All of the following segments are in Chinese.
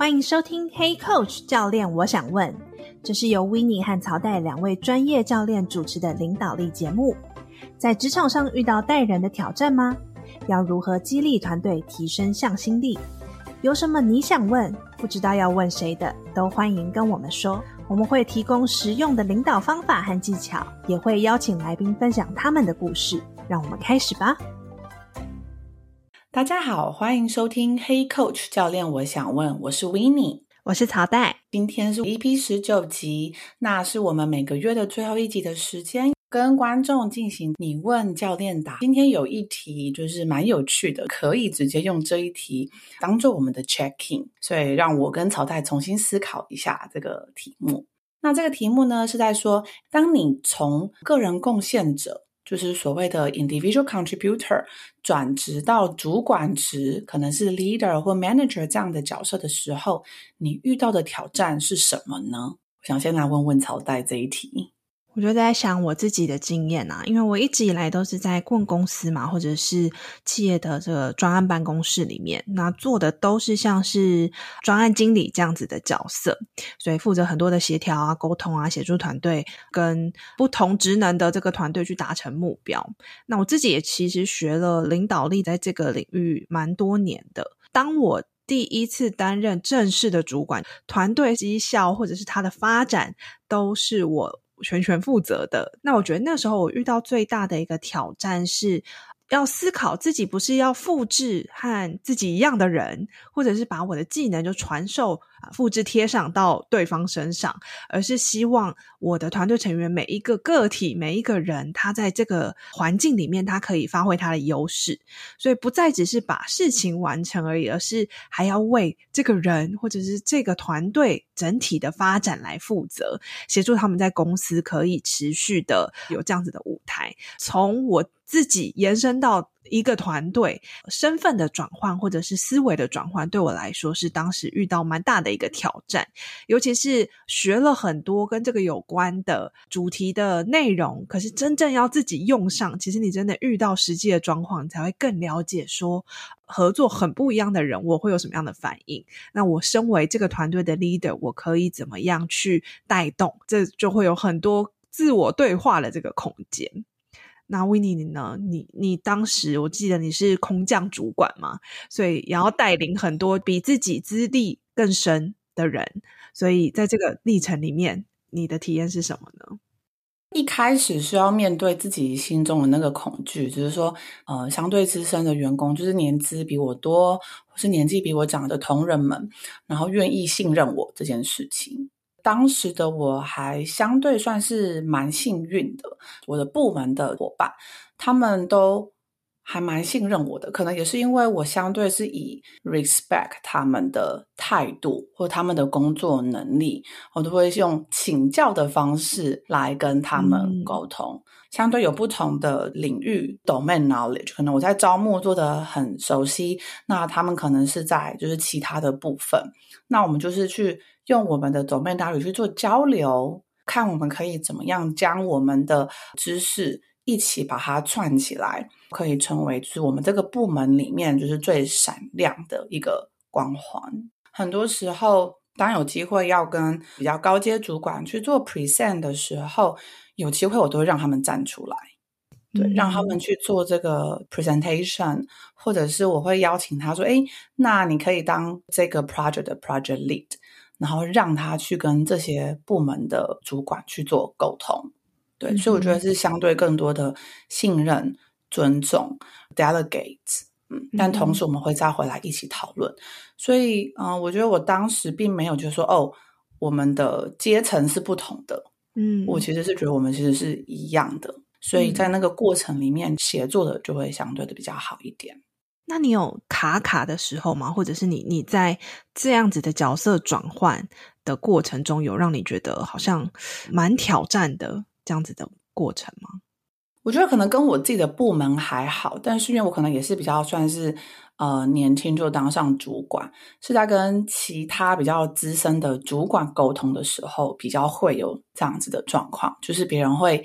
欢迎收听 Hey Coach 教练我想问，这是由 Winnie 和曹代两位专业教练主持的领导力节目。在职场上遇到带人的挑战吗？要如何激励团队提升向心力？有什么你想问不知道要问谁的，都欢迎跟我们说，我们会提供实用的领导方法和技巧，也会邀请来宾分享他们的故事。让我们开始吧。 大家好，欢迎收听 Hey Coach 教练我想问，我是 Winnie， 我是曹代。 今天是 EP19 集，那是我们每个月的最后一集的时间，跟观众进行你问教练答。今天有一题就是蛮有趣的，可以直接用这一题当做我们的 check-in， 所以让我跟曹代重新思考一下这个题目。那这个题目呢，是在说当你从个人贡献者，就是所谓的 individual contributor 转职到主管职，可能是 leader 或 manager 这样的角色的时候，你遇到的挑战是什么呢？我想先来问问曹代这一题。 我就在想我自己的经验啊，因为我一直以来都是在顾问公司嘛，或者是企业的这个专案办公室里面，那做的都是像是专案经理这样子的角色，所以负责很多的协调啊、沟通啊，协助团队跟不同职能的这个团队去达成目标。那我自己也其实学了领导力，在这个领域蛮多年的。当我第一次担任正式的主管，团队绩效或者是它的发展都是我全权负责的。那我觉得那时候我遇到最大的一个挑战是要思考自己不是要复制和自己一样的人，或者是把我的技能就传授复制贴上到对方身上，而是希望我的团队成员每一个个体每一个人他在这个环境里面他可以发挥他的优势，所以不再只是把事情完成而已，而是还要为这个人或者是这个团队整体的发展来负责，协助他们在公司可以持续的有这样子的舞台。从我自己延伸到一个团队，身份的转换或者是思维的转换，对我来说是当时遇到蛮大的一个挑战，尤其是学了很多跟这个有关的主题的内容，可是真正要自己用上，其实你真的遇到实际的状况，你才会更了解说合作很不一样的人我会有什么样的反应，那我身为这个团队的 leader 我可以怎么样去带动，这就会有很多自我对话的这个空间。那 Winnie 你呢？你当时我记得你是空降主管嘛，所以也要带领很多比自己资历更深的人，所以在这个历程里面你的体验是什么呢？ 一开始是要面对自己心中的那个恐惧，就是说相对资深的员工，就是年资比我多或是年纪比我长的同仁们，然后愿意信任我这件事情。当时的我还相对算是蛮幸运的，我的部门的伙伴他们都还蛮信任我的，可能也是因为我相对是以 respect 他们的态度或他们的工作能力，我都会用请教的方式来跟他们沟通。相对有不同的领域 domain knowledge， 可能我在招募做得很熟悉，那他们可能是在就是其他的部分，那我们就是去用我们的 domain knowledge 去做交流，看我们可以怎么样将我们的知识一起把它串起来，可以成为就是我们这个部门里面就是最闪亮的一个光环。很多时候当有机会要跟比较高阶主管去做 present 的时候，有机会我都会让他们站出来，对，让他们去做这个 presentation， 或者是我会邀请他说那你可以当这个 project 的 project lead， 然后让他去跟这些部门的主管去做沟通。对，所以我觉得是相对更多的信任、尊重 delegate，但同时我们会再回来一起讨论。所以我觉得我当时并没有就说我们的阶层是不同的，我其实是觉得我们其实是一样的，所以在那个过程里面协作的就会相对的比较好一点。 那你有卡的时候吗？或者是你在这样子的角色转换的过程中，有让你觉得好像蛮挑战的这样子的过程吗？ 我觉得可能跟我自己的部门还好，但是因为我可能也是比较算是年轻就当上主管，是在跟其他比较资深的主管沟通的时候比较会有这样子的状况，就是别人会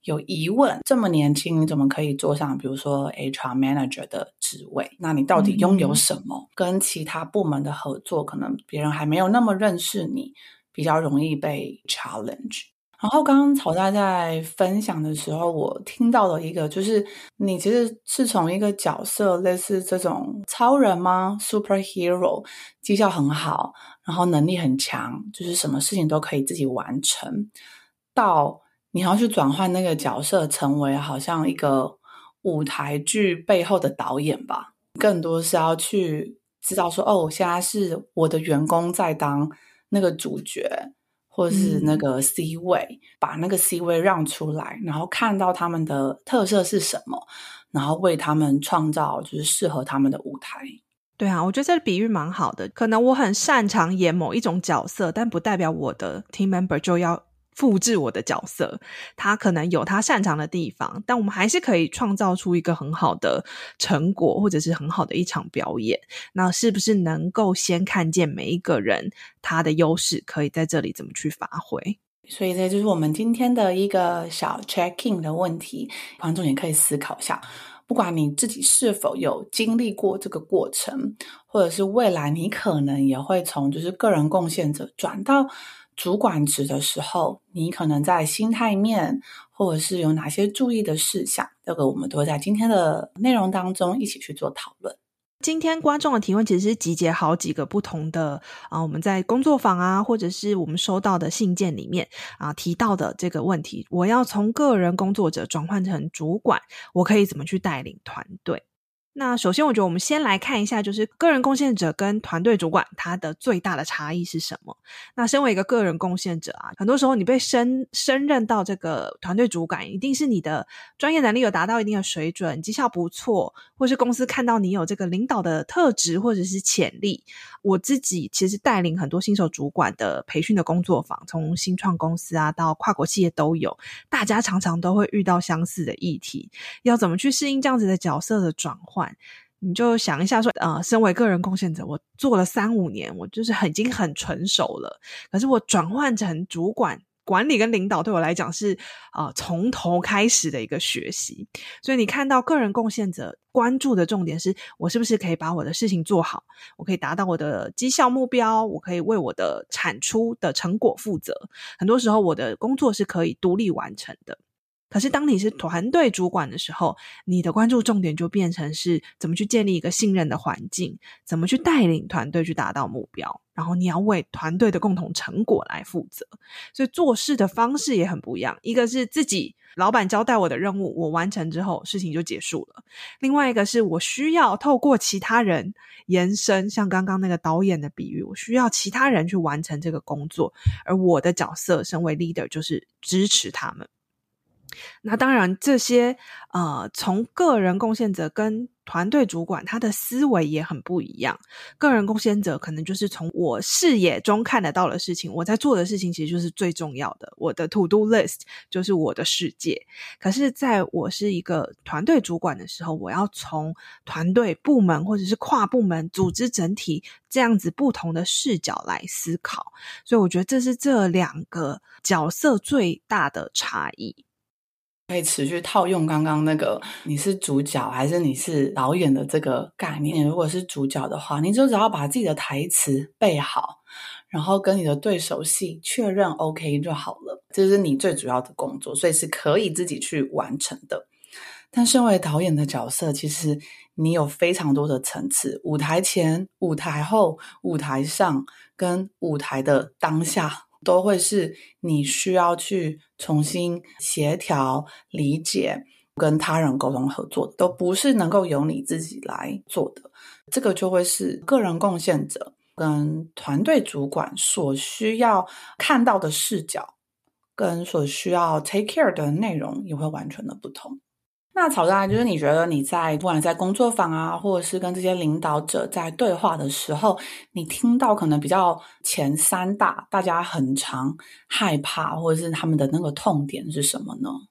有疑问，这么年轻你怎么可以坐上比如说 HR manager 的职位？那你到底拥有什么？跟其他部门的合作，可能别人还没有那么认识你，比较容易被 challenge。然后刚刚曹大在分享的时候，我听到了一个，就是你其实是从一个角色类似这种超人吗 superhero， 绩效很好，然后能力很强，就是什么事情都可以自己完成，到你要去转换那个角色，成为好像一个舞台剧背后的导演吧，更多是要去知道说，哦，现在是我的员工在当那个主角，或是那个 C 位，把那个 C 位让出来，然后看到他们的特色是什么，然后为他们创造就是适合他们的舞台。 对啊，我觉得这个比喻蛮好的。可能我很擅长演某一种角色，但不代表我的 team member 就要复制我的角色，他可能有他擅长的地方，但我们还是可以创造出一个很好的成果，或者是很好的一场表演。那是不是能够先看见每一个人他的优势，可以在这里怎么去发挥？ 所以这就是我们今天的一个小 check-in 的问题，观众也可以思考一下，不管你自己是否有经历过这个过程，或者是未来你可能也会从就是个人贡献者转到主管职的时候，你可能在心态面或者是有哪些注意的事项，这个我们都会在今天的内容当中一起去做讨论。 今天观众的提问其实是集结好几个不同的我们在工作坊啊，或者是我们收到的信件里面提到的这个问题，我要从个人工作者转换成主管，我可以怎么去带领团队？那首先我觉得我们先来看一下，就是个人贡献者跟团队主管他的最大的差异是什么。那身为一个个人贡献者很多时候你被升任到这个团队主管，一定是你的专业能力有达到一定的水准，绩效不错，或是公司看到你有这个领导的特质或者是潜力。我自己其实带领很多新手主管的培训的工作坊，从新创公司到跨国企业都有，大家常常都会遇到相似的议题，要怎么去适应这样子的角色的转换。你就想一下说身为个人贡献者，我做了3-5年，我就是已经很成熟了，可是我转换成主管，管理跟领导对我来讲是从头开始的一个学习。所以你看到个人贡献者关注的重点是，我是不是可以把我的事情做好，我可以达到我的绩效目标，我可以为我的产出的成果负责，很多时候我的工作是可以独立完成的。可是当你是团队主管的时候，你的关注重点就变成是怎么去建立一个信任的环境，怎么去带领团队去达到目标，然后你要为团队的共同成果来负责。所以做事的方式也很不一样，一个是自己老板交代我的任务，我完成之后事情就结束了，另外一个是我需要透过其他人延伸，像刚刚那个导演的比喻，我需要其他人去完成这个工作，而我的角色身为 leader 就是支持他们。那当然这些从个人贡献者跟团队主管他的思维也很不一样。个人贡献者可能就是从我视野中看得到的事情，我在做的事情其实就是最重要的，我的 to do list 就是我的世界。可是在我是一个团队主管的时候，我要从团队部门或者是跨部门组织整体这样子不同的视角来思考。所以我觉得这是这两个角色最大的差异。 可以持续套用刚刚那个你是主角还是你是导演的这个概念。如果是主角的话，你就只要把自己的台词背好，然后跟你的对手戏确认 OK 就好了，这是你最主要的工作，所以是可以自己去完成的。但身为导演的角色，其实你有非常多的层次，舞台前、舞台后、舞台上跟舞台的当下，都会是你需要去重新协调、理解跟他人沟通合作的，都不是能够由你自己来做的。这个就会是个人贡献者跟团队主管所需要看到的视角跟所需要 take care 的内容也会完全的不同。那曹大，就是你觉得你在不管在工作坊啊，或者是跟这些领导者在对话的时候，你听到可能比较前3大大家很常害怕或者是他们的那个痛点是什么呢？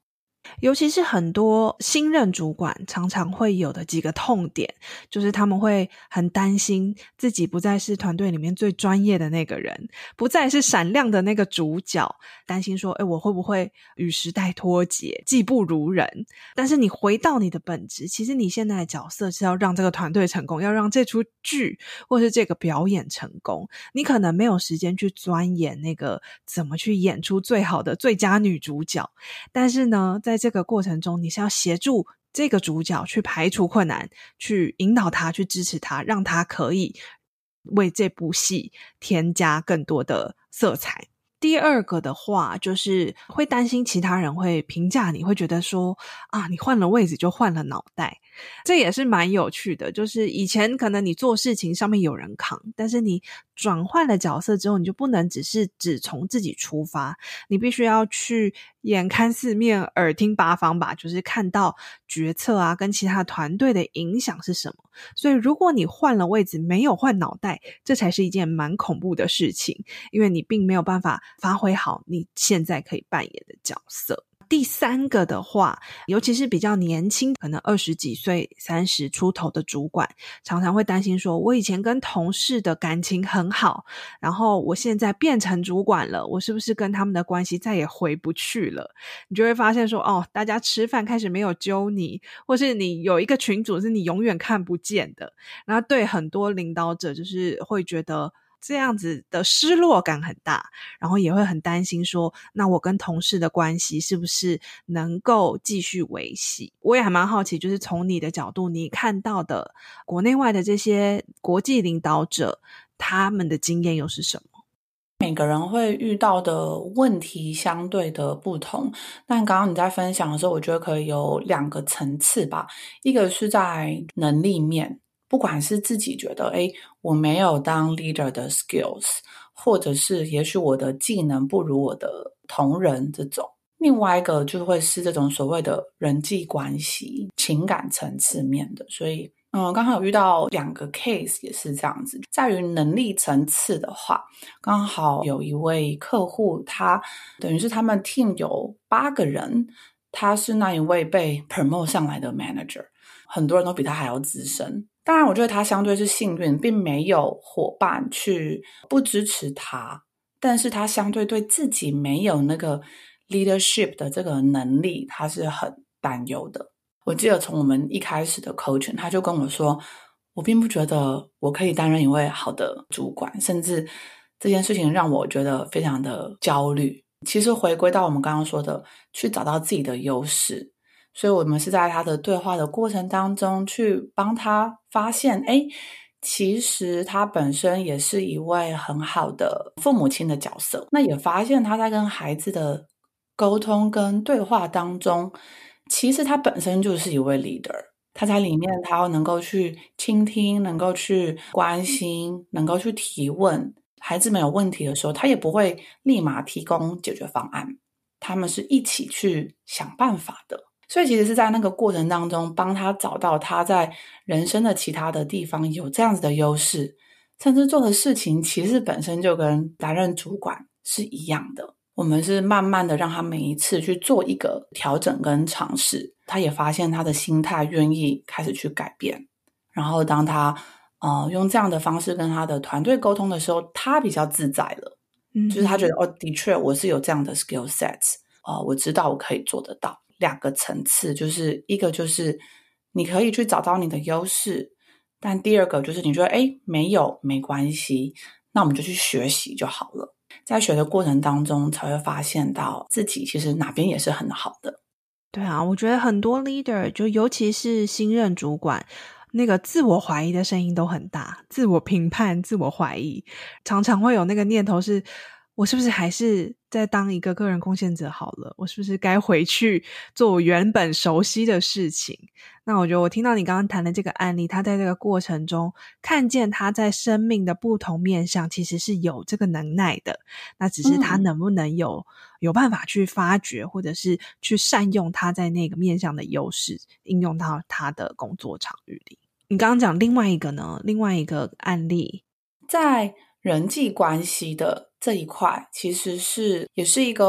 尤其是很多新任主管常常会有的几个痛点，就是他们会很担心自己不再是团队里面最专业的那个人，不再是闪亮的那个主角，担心说我会不会与时代脱节，技不如人。但是你回到你的本质，其实你现在的角色是要让这个团队成功，要让这出剧或是这个表演成功，你可能没有时间去钻研那个怎么去演出最好的最佳女主角，但是呢在这个过程中你是要协助这个主角去排除困难，去引导他，去支持他，让他可以为这部戏添加更多的色彩。第二个的话就是会担心其他人会评价你，会觉得说你换了位置就换了脑袋。这也是蛮有趣的，就是以前可能你做事情上面有人扛，但是你转换了角色之后，你就不能只从自己出发，你必须要去眼看四面耳听八方吧，就是看到决策跟其他团队的影响是什么。所以如果你换了位置没有换脑袋，这才是一件蛮恐怖的事情，因为你并没有办法发挥好你现在可以扮演的角色。第三个的话，尤其是比较年轻，可能20几岁30出头的主管，常常会担心说我以前跟同事的感情很好，然后我现在变成主管了，我是不是跟他们的关系再也回不去了。你就会发现说大家吃饭开始没有揪你，或是你有一个群组是你永远看不见的，然后对很多领导者就是会觉得这样子的失落感很大，然后也会很担心说那我跟同事的关系是不是能够继续维系。我也还蛮好奇，就是从你的角度你看到的国内外的这些国际领导者，他们的经验又是什么？ 每个人会遇到的问题相对的不同，但刚刚你在分享的时候，我觉得可以有2个层次吧。一个是在能力面，不管是自己觉得我没有当 leader 的 skills， 或者是也许我的技能不如我的同仁这种。另外一个就会是这种所谓的人际关系、情感层次面的。所以刚刚有遇到2个 case 也是这样子。在于能力层次的话，刚好有一位客户，他等于是他们 team 有8个人，他是那一位被 promote 上来的 manager， 很多人都比他还要资深。当然我觉得他相对是幸运，并没有伙伴去不支持他，但是他相对对自己没有那个 leadership 的这个能力，他是很担忧的。我记得从我们一开始的 coaching， 他就跟我说，我并不觉得我可以担任一位好的主管，甚至这件事情让我觉得非常的焦虑。其实回归到我们刚刚说的，去找到自己的优势，所以我们是在他的对话的过程当中去帮他发现其实他本身也是一位很好的父母亲的角色，那也发现他在跟孩子的沟通跟对话当中，其实他本身就是一位 leader， 他在里面他要能够去倾听，能够去关心，能够去提问，孩子们有问题的时候他也不会立马提供解决方案，他们是一起去想办法的。所以其实是在那个过程当中帮他找到他在人生的其他的地方有这样子的优势，甚至做的事情其实本身就跟担任主管是一样的。我们是慢慢的让他每一次去做一个调整跟尝试，他也发现他的心态愿意开始去改变，然后当他用这样的方式跟他的团队沟通的时候，他比较自在了，就是他觉得的确我是有这样的 skill sets，我知道我可以做得到。2个层次，就是一个就是你可以去找到你的优势，但第二个就是你觉得没关系，那我们就去学习就好了。在学的过程当中才会发现到自己其实哪边也是很好的。 对啊，我觉得很多 leader 就尤其是新任主管，那个自我怀疑的声音都很大，自我评判、自我怀疑，常常会有那个念头是，我是不是还是在当一个个人贡献者好了？我是不是该回去做我原本熟悉的事情？那我觉得我听到你刚刚谈的这个案例，他在这个过程中看见他在生命的不同面向其实是有这个能耐的，那只是他能不能有办法去发掘，或者是去善用他在那个面向的优势，应用到他的工作场域里。你刚刚讲另外一个呢？另外一个案例， 在人际关系的这一块，其实也是一个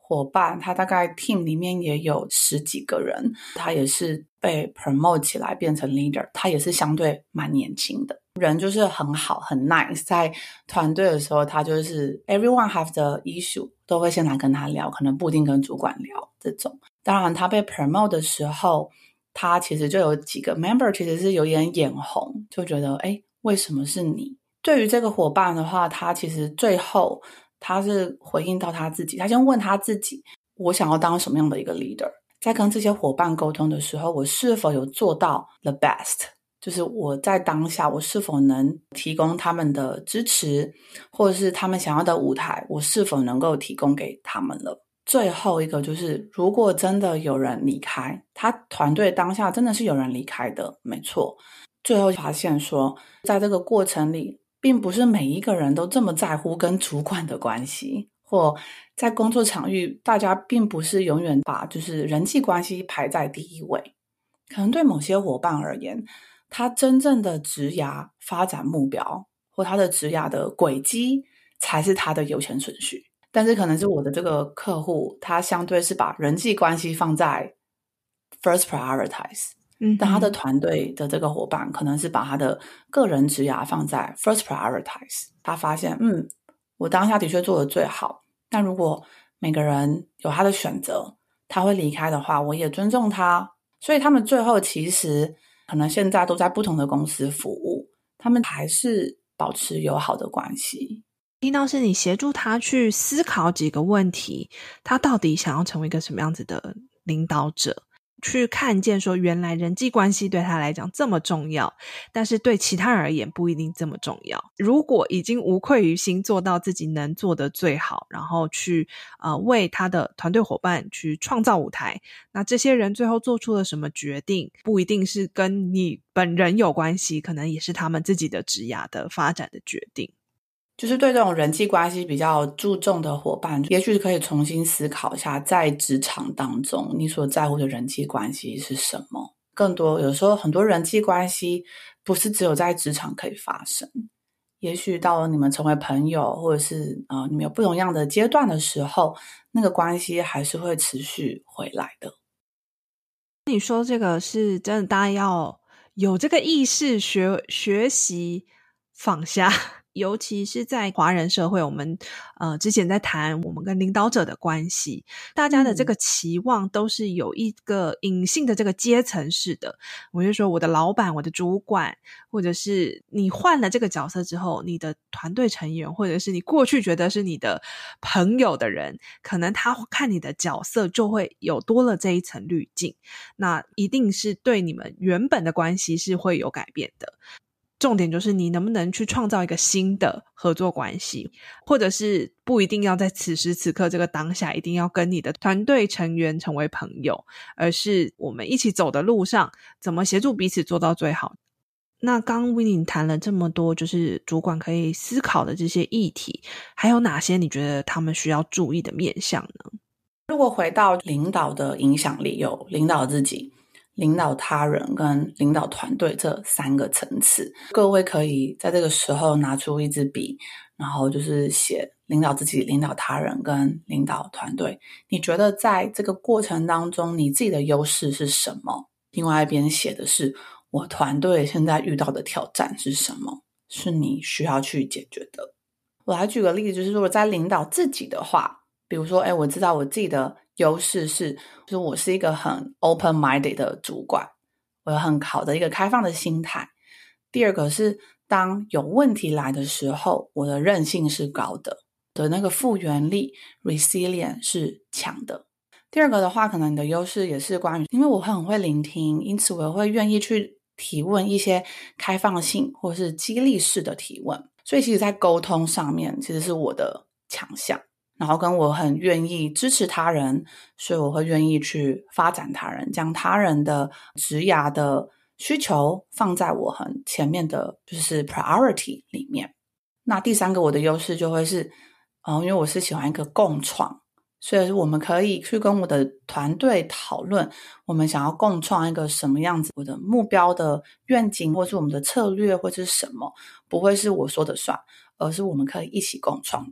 伙伴，他大概 team 里面也有10几个人，他也是被 promote 起来变成 leader， 他也是相对蛮年轻的人，就是很好很 nice， 在团队的时候他就是 everyone have the issue 都会先来跟他聊，可能不一定跟主管聊这种。当然他被 promote 的时候，他其实就有几个 member 其实是有点眼红，就觉得为什么是你？对于这个伙伴的话，他其实最后他是回应到他自己，他先问他自己，我想要当什么样的一个 leader， 在跟这些伙伴沟通的时候，我是否有做到 the best， 就是我在当下我是否能提供他们的支持，或者是他们想要的舞台，我是否能够提供给他们了。最后一个就是如果真的有人离开，他团队当下真的是有人离开的，没错，最后发现说在这个过程里并不是每一个人都这么在乎跟主管的关系，或在工作场域大家并不是永远把就是人际关系排在第一位，可能对某些伙伴而言，他真正的职涯发展目标或他的职涯的轨迹才是他的优先顺序，但是可能是我的这个客户他相对是把人际关系放在 first prioritize，但他的团队的这个伙伴可能是把他的个人职涯放在 first prioritize， 他发现我当下的确做得最好，但如果每个人有他的选择，他会离开的话，我也尊重他，所以他们最后其实可能现在都在不同的公司服务，他们还是保持友好的关系。 听到是你协助他去思考几个问题，他到底想要成为一个什么样子的领导者，去看见说原来人际关系对他来讲这么重要，但是对其他人而言不一定这么重要。如果已经无愧于心做到自己能做的最好，然后去为他的团队伙伴去创造舞台，那这些人最后做出了什么决定，不一定是跟你本人有关系，可能也是他们自己的职涯的发展的决定。 就是对这种人际关系比较注重的伙伴，也许可以重新思考一下，在职场当中你所在乎的人际关系是什么。更多有时候很多人际关系不是只有在职场可以发生，也许到了你们成为朋友，或者是你们有不同样的阶段的时候，那个关系还是会持续回来的。 你说这个是真的，大家要有这个意识，学习放下。尤其是在华人社会，我们之前在谈我们跟领导者的关系，大家的这个期望都是有一个隐性的这个阶层式的。我就说我的老板，我的主管，或者是你换了这个角色之后，你的团队成员，或者是你过去觉得是你的朋友的人，可能他看你的角色就会有多了这一层滤镜，那一定是对你们原本的关系是会有改变的。重点就是你能不能去创造一个新的合作关系，或者是不一定要在此时此刻这个当下一定要跟你的团队成员成为朋友，而是我们一起走的路上怎么协助彼此做到最好。那刚 Winnie 谈了这么多就是主管可以思考的这些议题，还有哪些你觉得他们需要注意的面向呢？ 如果回到领导的影响力，有领导自己、领导他人跟领导团队这3个层次，各位可以在这个时候拿出一支笔，然后就是写领导自己、领导他人跟领导团队。你觉得在这个过程当中你自己的优势是什么？另外一边写的是我团队现在遇到的挑战是什么，是你需要去解决的。我来举个例子，就是如果在领导自己的话，比如说我知道我自己的优势是，就是我是一个很 open-minded 的主管，我有很好的一个开放的心态。第二个是当有问题来的时候，我的韧性是高的，的那个复原力 resilient 是强的。第二个的话，可能你的优势也是关于，因为我很会聆听，因此我会愿意去提问一些开放性或是激励式的提问，所以其实在沟通上面其实是我的强项。然后跟我很愿意支持他人，所以我会愿意去发展他人，将他人的职涯的需求放在我很前面的就是 priority 里面。那第3个我的优势就会是因为我是喜欢一个共创，所以我们可以去跟我的团队讨论我们想要共创一个什么样子，我的目标的愿景或是我们的策略或是什么，不会是我说的算，而是我们可以一起共创的。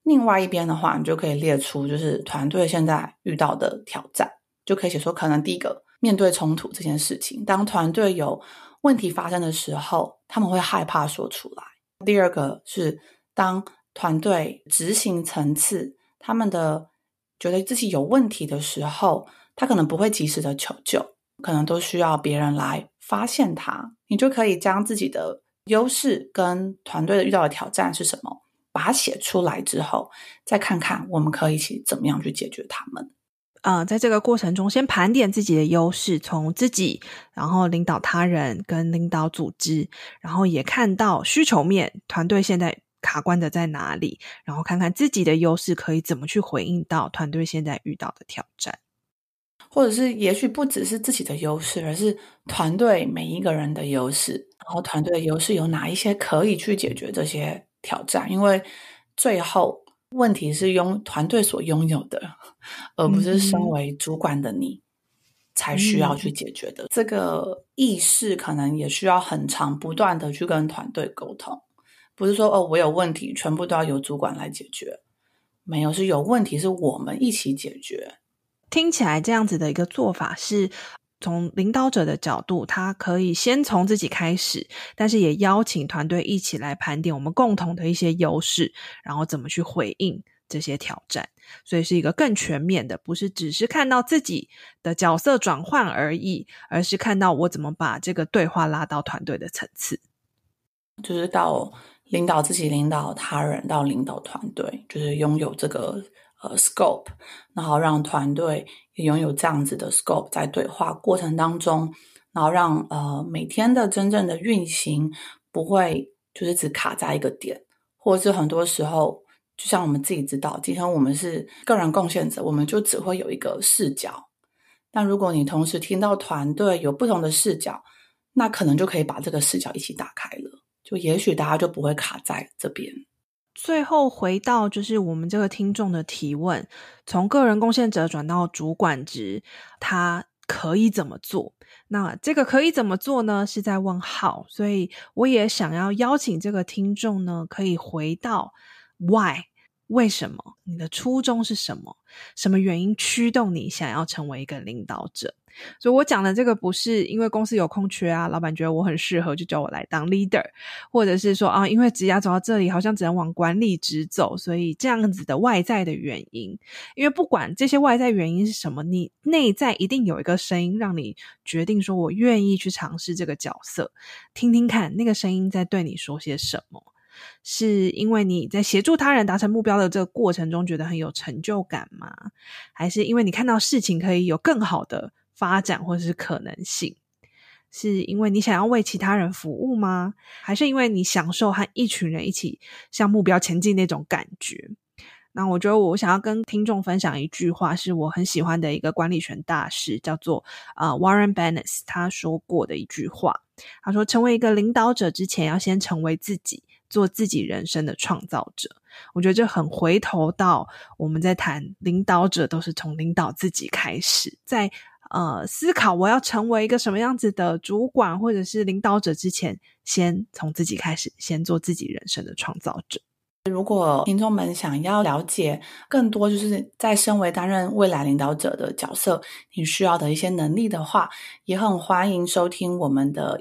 另外一边的话，你就可以列出就是团队现在遇到的挑战，就可以写说可能第一个面对冲突这件事情，当团队有问题发生的时候，他们会害怕说出来。第二个是当团队执行层次他们的觉得自己有问题的时候，他可能不会及时的求救，可能都需要别人来发现他。你就可以将自己的优势跟团队遇到的挑战是什么，把它写出来之后，再看看我们可以一起怎么样去解决它们。 在这个过程中先盘点自己的优势，从自己然后领导他人跟领导组织，然后也看到需求面团队现在卡关的在哪里，然后看看自己的优势可以怎么去回应到团队现在遇到的挑战。 或者是也许不只是自己的优势，而是团队每一个人的优势，然后团队的优势有哪一些可以去解决这些挑战，因为最后问题是团队所拥有的，而不是身为主管的你才需要去解决的。这个意识可能也需要很长不断的去跟团队沟通，不是说我有问题全部都要由主管来解决，没有，是有问题是我们一起解决。 听起来这样子的一个做法是从领导者的角度，他可以先从自己开始，但是也邀请团队一起来盘点我们共同的一些优势，然后怎么去回应这些挑战。所以是一个更全面的，不是只是看到自己的角色转换而已，而是看到我怎么把这个对话拉到团队的层次， 就是到领导自己、领导他人到领导团队，就是拥有这个scope， 然后让团队也拥有这样子的 scope， 在对话过程当中，然后让每天的真正的运行不会就是只卡在一个点，或者是很多时候就像我们自己知道，今天我们是个人贡献者，我们就只会有一个视角，但如果你同时听到团队有不同的视角，那可能就可以把这个视角一起打开了，就也许大家就不会卡在这边。 最后回到就是我们这个听众的提问，从个人贡献者转到主管职，他可以怎么做？那这个可以怎么做呢？是在问号，所以我也想要邀请这个听众呢，可以回到 why， 为什么？你的初衷是什么？什么原因驱动你想要成为一个领导者？所以我讲的这个不是因为公司有空缺啊，老板觉得我很适合就叫我来当 leader， 或者是说因为职涯走到这里好像只能往管理职走，所以这样子的外在的原因。因为不管这些外在原因是什么，你内在一定有一个声音让你决定说我愿意去尝试这个角色，听听看那个声音在对你说些什么。是因为你在协助他人达成目标的这个过程中觉得很有成就感吗？还是因为你看到事情可以有更好的发展或者是可能性？是因为你想要为其他人服务吗？还是因为你享受和一群人一起向目标前进那种感觉？那我觉得我想要跟听众分享一句话，是我很喜欢的一个管理学大师，叫做Warren Bennis， 他说过的一句话。他说，成为一个领导者之前，要先成为自己，做自己人生的创造者。我觉得这很回头到我们在谈领导者都是从领导自己开始，在思考我要成为一个什么样子的主管或者是领导者之前，先从自己开始，先做自己人生的创造者。 如果听众们想要了解更多就是在身为担任未来领导者的角色你需要的一些能力的话，也很欢迎收听我们的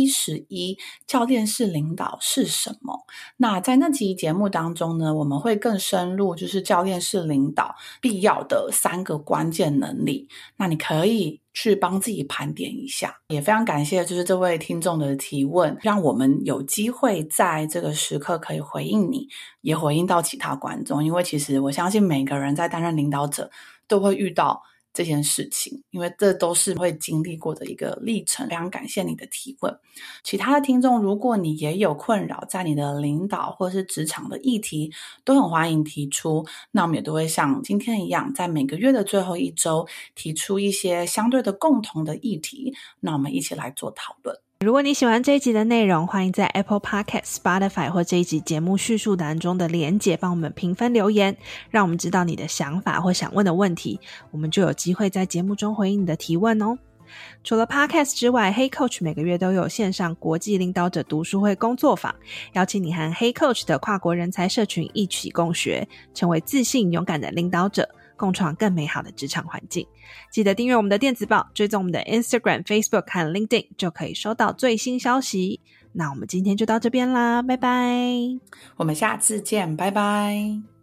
EP11 教练式领导是什么。那在那集节目当中呢，我们会更深入就是教练式领导必要的3个关键能力，那你可以去帮自己盘点一下。也非常感谢就是这位听众的提问，让我们有机会在这个时刻可以回应你，也回应到其他观众。因为其实我相信每个人在担任领导者都会遇到这件事情，因为这都是会经历过的一个历程。非常感谢你的提问。其他的听众，如果你也有困扰在你的领导或是职场的议题，都很欢迎提出。那我们也都会像今天一样，在每个月的最后一周提出一些相对的共同的议题，那我们一起来做讨论。 如果你喜欢这一集的内容，欢迎在 Apple Podcast、Spotify 或这一集节目叙述栏中的连结帮我们评分留言，让我们知道你的想法或想问的问题，我们就有机会在节目中回应你的提问哦。 除了 Podcast 之外， Hey Coach 每个月都有线上国际领导者读书会工作坊，邀请你和 Hey Coach 的跨国人才社群一起共学，成为自信勇敢的领导者，共创更美好的职场环境。记得订阅我们的电子报，追踪我们的 Instagram、 Facebook 和 LinkedIn， 就可以收到最新消息。那我们今天就到这边啦，拜拜。 我们下次见，拜拜。